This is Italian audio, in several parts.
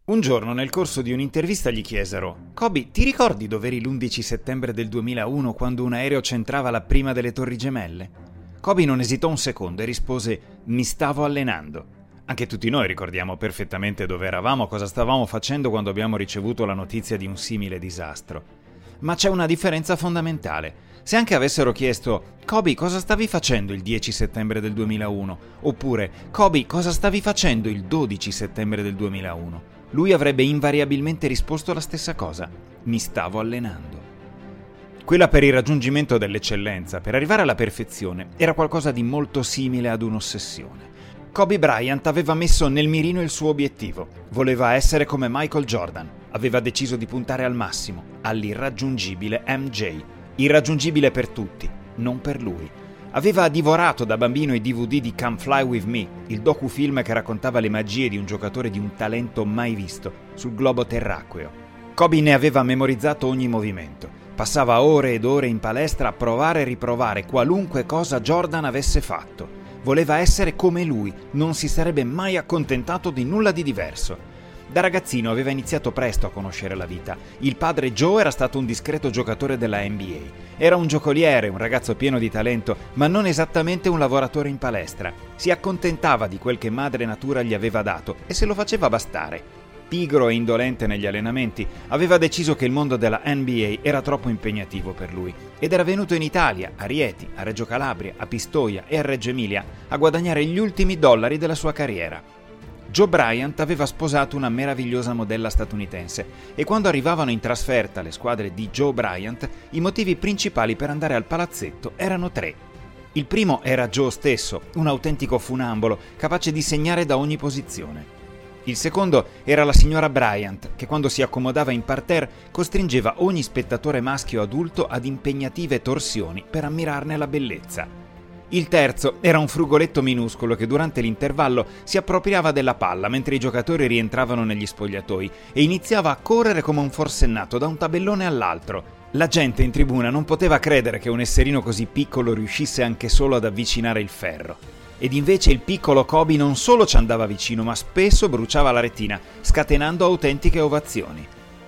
Un giorno, nel corso di un'intervista, gli chiesero: «Kobe, ti ricordi dov'eri l'11 settembre del 2001 quando un aereo centrava la prima delle Torri Gemelle?» Kobe non esitò un secondo e rispose: «Mi stavo allenando». Anche tutti noi ricordiamo perfettamente dove eravamo, cosa stavamo facendo quando abbiamo ricevuto la notizia di un simile disastro. Ma c'è una differenza fondamentale. Se anche avessero chiesto: «Kobe, cosa stavi facendo il 10 settembre del 2001?» oppure «Kobe, cosa stavi facendo il 12 settembre del 2001?» lui avrebbe invariabilmente risposto la stessa cosa: «Mi stavo allenando». Quella per il raggiungimento dell'eccellenza, per arrivare alla perfezione, era qualcosa di molto simile ad un'ossessione. Kobe Bryant aveva messo nel mirino il suo obiettivo. Voleva essere come Michael Jordan. Aveva deciso di puntare al massimo, all'irraggiungibile MJ. Irraggiungibile per tutti, non per lui. Aveva divorato da bambino i DVD di Come Fly With Me, il docufilm che raccontava le magie di un giocatore di un talento mai visto sul globo terracqueo. Kobe ne aveva memorizzato ogni movimento. Passava ore ed ore in palestra a provare e riprovare qualunque cosa Jordan avesse fatto. Voleva essere come lui, non si sarebbe mai accontentato di nulla di diverso. Da ragazzino aveva iniziato presto a conoscere la vita. Il padre Joe era stato un discreto giocatore della NBA. Era un giocoliere, un ragazzo pieno di talento, ma non esattamente un lavoratore in palestra. Si accontentava di quel che madre natura gli aveva dato e se lo faceva bastare. Pigro e indolente negli allenamenti, aveva deciso che il mondo della NBA era troppo impegnativo per lui ed era venuto in Italia, a Rieti, a Reggio Calabria, a Pistoia e a Reggio Emilia a guadagnare gli ultimi dollari della sua carriera. Joe Bryant aveva sposato una meravigliosa modella statunitense e quando arrivavano in trasferta le squadre di Joe Bryant, i motivi principali per andare al palazzetto erano tre. Il primo era Joe stesso, un autentico funambolo, capace di segnare da ogni posizione. Il secondo era la signora Bryant, che quando si accomodava in parterre costringeva ogni spettatore maschio adulto ad impegnative torsioni per ammirarne la bellezza. Il terzo era un frugoletto minuscolo che durante l'intervallo si appropriava della palla mentre i giocatori rientravano negli spogliatoi e iniziava a correre come un forsennato da un tabellone all'altro. La gente in tribuna non poteva credere che un esserino così piccolo riuscisse anche solo ad avvicinare il ferro. Ed invece il piccolo Kobe non solo ci andava vicino, ma spesso bruciava la retina, scatenando autentiche ovazioni.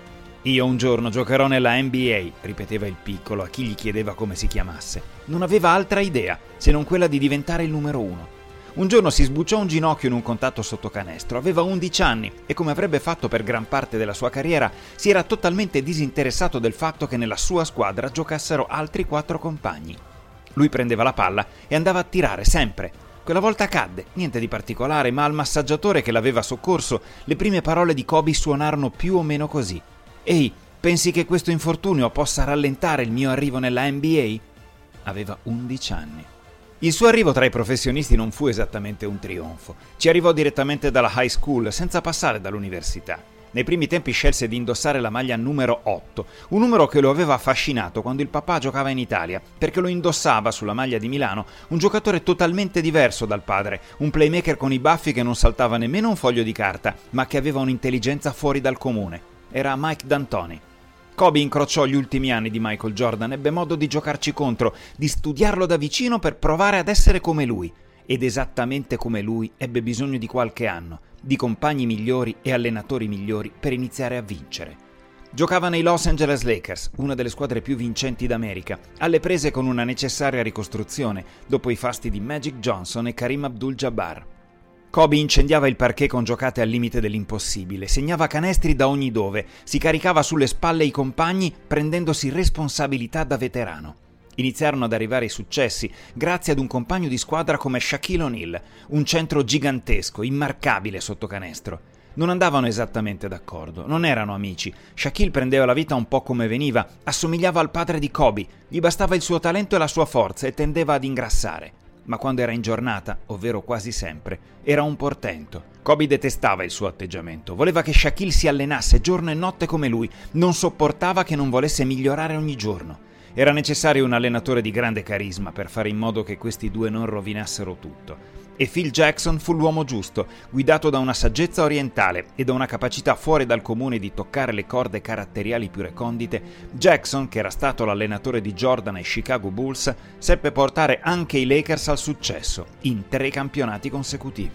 «Io un giorno giocherò nella NBA», ripeteva il piccolo a chi gli chiedeva come si chiamasse. Non aveva altra idea, se non quella di diventare il numero uno. Un giorno si sbucciò un ginocchio in un contatto sotto canestro, aveva 11 anni e, come avrebbe fatto per gran parte della sua carriera, si era totalmente disinteressato del fatto che nella sua squadra giocassero altri 4 compagni. Lui prendeva la palla e andava a tirare sempre. Quella volta cadde, niente di particolare, ma al massaggiatore che l'aveva soccorso le prime parole di Kobe suonarono più o meno così: «Ehi, pensi che questo infortunio possa rallentare il mio arrivo nella NBA?» Aveva 11 anni. Il suo arrivo tra i professionisti non fu esattamente un trionfo. Ci arrivò direttamente dalla high school, senza passare dall'università. Nei primi tempi scelse di indossare la maglia numero 8, un numero che lo aveva affascinato quando il papà giocava in Italia, perché lo indossava sulla maglia di Milano un giocatore totalmente diverso dal padre, un playmaker con i baffi che non saltava nemmeno un foglio di carta, ma che aveva un'intelligenza fuori dal comune. Era Mike D'Antoni. Kobe incrociò gli ultimi anni di Michael Jordan, ebbe modo di giocarci contro, di studiarlo da vicino per provare ad essere come lui. Ed esattamente come lui ebbe bisogno di qualche anno, di compagni migliori e allenatori migliori per iniziare a vincere. Giocava nei Los Angeles Lakers, una delle squadre più vincenti d'America, alle prese con una necessaria ricostruzione dopo i fasti di Magic Johnson e Kareem Abdul-Jabbar. Kobe incendiava il parquet con giocate al limite dell'impossibile, segnava canestri da ogni dove, si caricava sulle spalle i compagni prendendosi responsabilità da veterano. Iniziarono ad arrivare i successi grazie ad un compagno di squadra come Shaquille O'Neal, un centro gigantesco, immarcabile sotto canestro. Non andavano esattamente d'accordo, non erano amici. Shaquille prendeva la vita un po' come veniva, assomigliava al padre di Kobe, gli bastava il suo talento e la sua forza e tendeva ad ingrassare. Ma quando era in giornata, ovvero quasi sempre, era un portento. Kobe detestava il suo atteggiamento, voleva che Shaquille si allenasse giorno e notte come lui, non sopportava che non volesse migliorare ogni giorno. Era necessario un allenatore di grande carisma per fare in modo che questi due non rovinassero tutto. E Phil Jackson fu l'uomo giusto, guidato da una saggezza orientale e da una capacità fuori dal comune di toccare le corde caratteriali più recondite. Jackson, che era stato l'allenatore di Jordan ai Chicago Bulls, seppe portare anche i Lakers al successo, in 3 campionati consecutivi.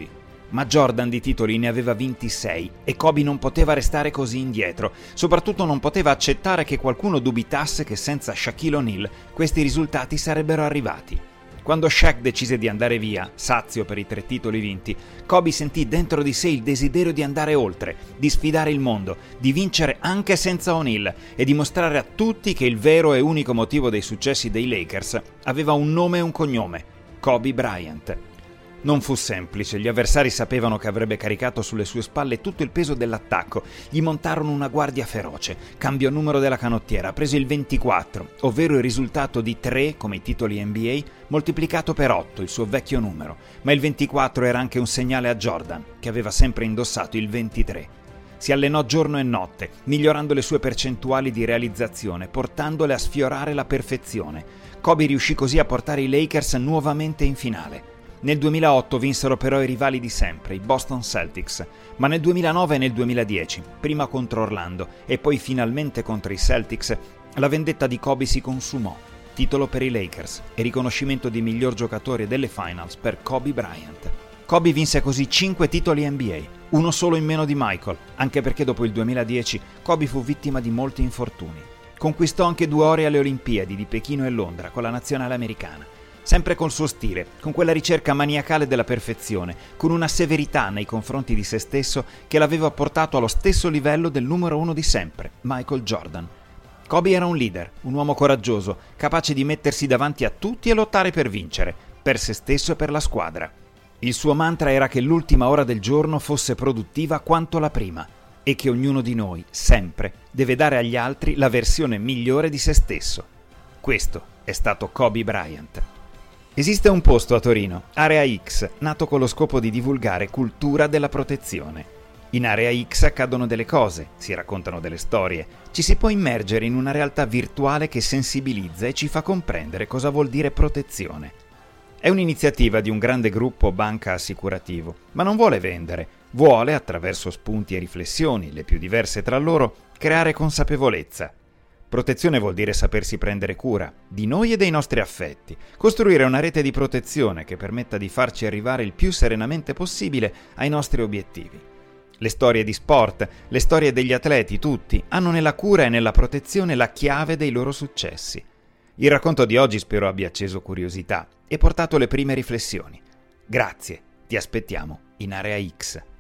ma Jordan di titoli ne aveva vinti 6 e Kobe non poteva restare così indietro. Soprattutto non poteva accettare che qualcuno dubitasse che senza Shaquille O'Neal questi risultati sarebbero arrivati. Quando Shaq decise di andare via, sazio per i 3 titoli vinti, Kobe sentì dentro di sé il desiderio di andare oltre, di sfidare il mondo, di vincere anche senza O'Neal e dimostrare a tutti che il vero e unico motivo dei successi dei Lakers aveva un nome e un cognome: Kobe Bryant. Non fu semplice, gli avversari sapevano che avrebbe caricato sulle sue spalle tutto il peso dell'attacco, gli montarono una guardia feroce, cambiò numero della canottiera, prese il 24, ovvero il risultato di 3, come i titoli NBA, moltiplicato per 8, il suo vecchio numero, ma il 24 era anche un segnale a Jordan, che aveva sempre indossato il 23. Si allenò giorno e notte, migliorando le sue percentuali di realizzazione, portandole a sfiorare la perfezione. Kobe riuscì così a portare i Lakers nuovamente in finale. Nel 2008 vinsero però i rivali di sempre, i Boston Celtics, ma nel 2009 e nel 2010, prima contro Orlando e poi finalmente contro i Celtics, la vendetta di Kobe si consumò. Titolo per i Lakers e riconoscimento di miglior giocatore delle Finals per Kobe Bryant. Kobe vinse così 5 titoli NBA, uno solo in meno di Michael, anche perché dopo il 2010 Kobe fu vittima di molti infortuni. Conquistò anche 2 ori alle Olimpiadi di Pechino e Londra con la nazionale americana. Sempre col suo stile, con quella ricerca maniacale della perfezione, con una severità nei confronti di se stesso che l'aveva portato allo stesso livello del numero 1 di sempre, Michael Jordan. Kobe era un leader, un uomo coraggioso, capace di mettersi davanti a tutti e lottare per vincere, per se stesso e per la squadra. Il suo mantra era che l'ultima ora del giorno fosse produttiva quanto la prima e che ognuno di noi, sempre, deve dare agli altri la versione migliore di se stesso. Questo è stato Kobe Bryant. Esiste un posto a Torino, Area X, nato con lo scopo di divulgare cultura della protezione. In Area X accadono delle cose, si raccontano delle storie, ci si può immergere in una realtà virtuale che sensibilizza e ci fa comprendere cosa vuol dire protezione. È un'iniziativa di un grande gruppo banca assicurativo, ma non vuole vendere, vuole, attraverso spunti e riflessioni, le più diverse tra loro, creare consapevolezza. Protezione vuol dire sapersi prendere cura di noi e dei nostri affetti, costruire una rete di protezione che permetta di farci arrivare il più serenamente possibile ai nostri obiettivi. Le storie di sport, le storie degli atleti, tutti, hanno nella cura e nella protezione la chiave dei loro successi. Il racconto di oggi spero abbia acceso curiosità e portato le prime riflessioni. Grazie, ti aspettiamo in Area X.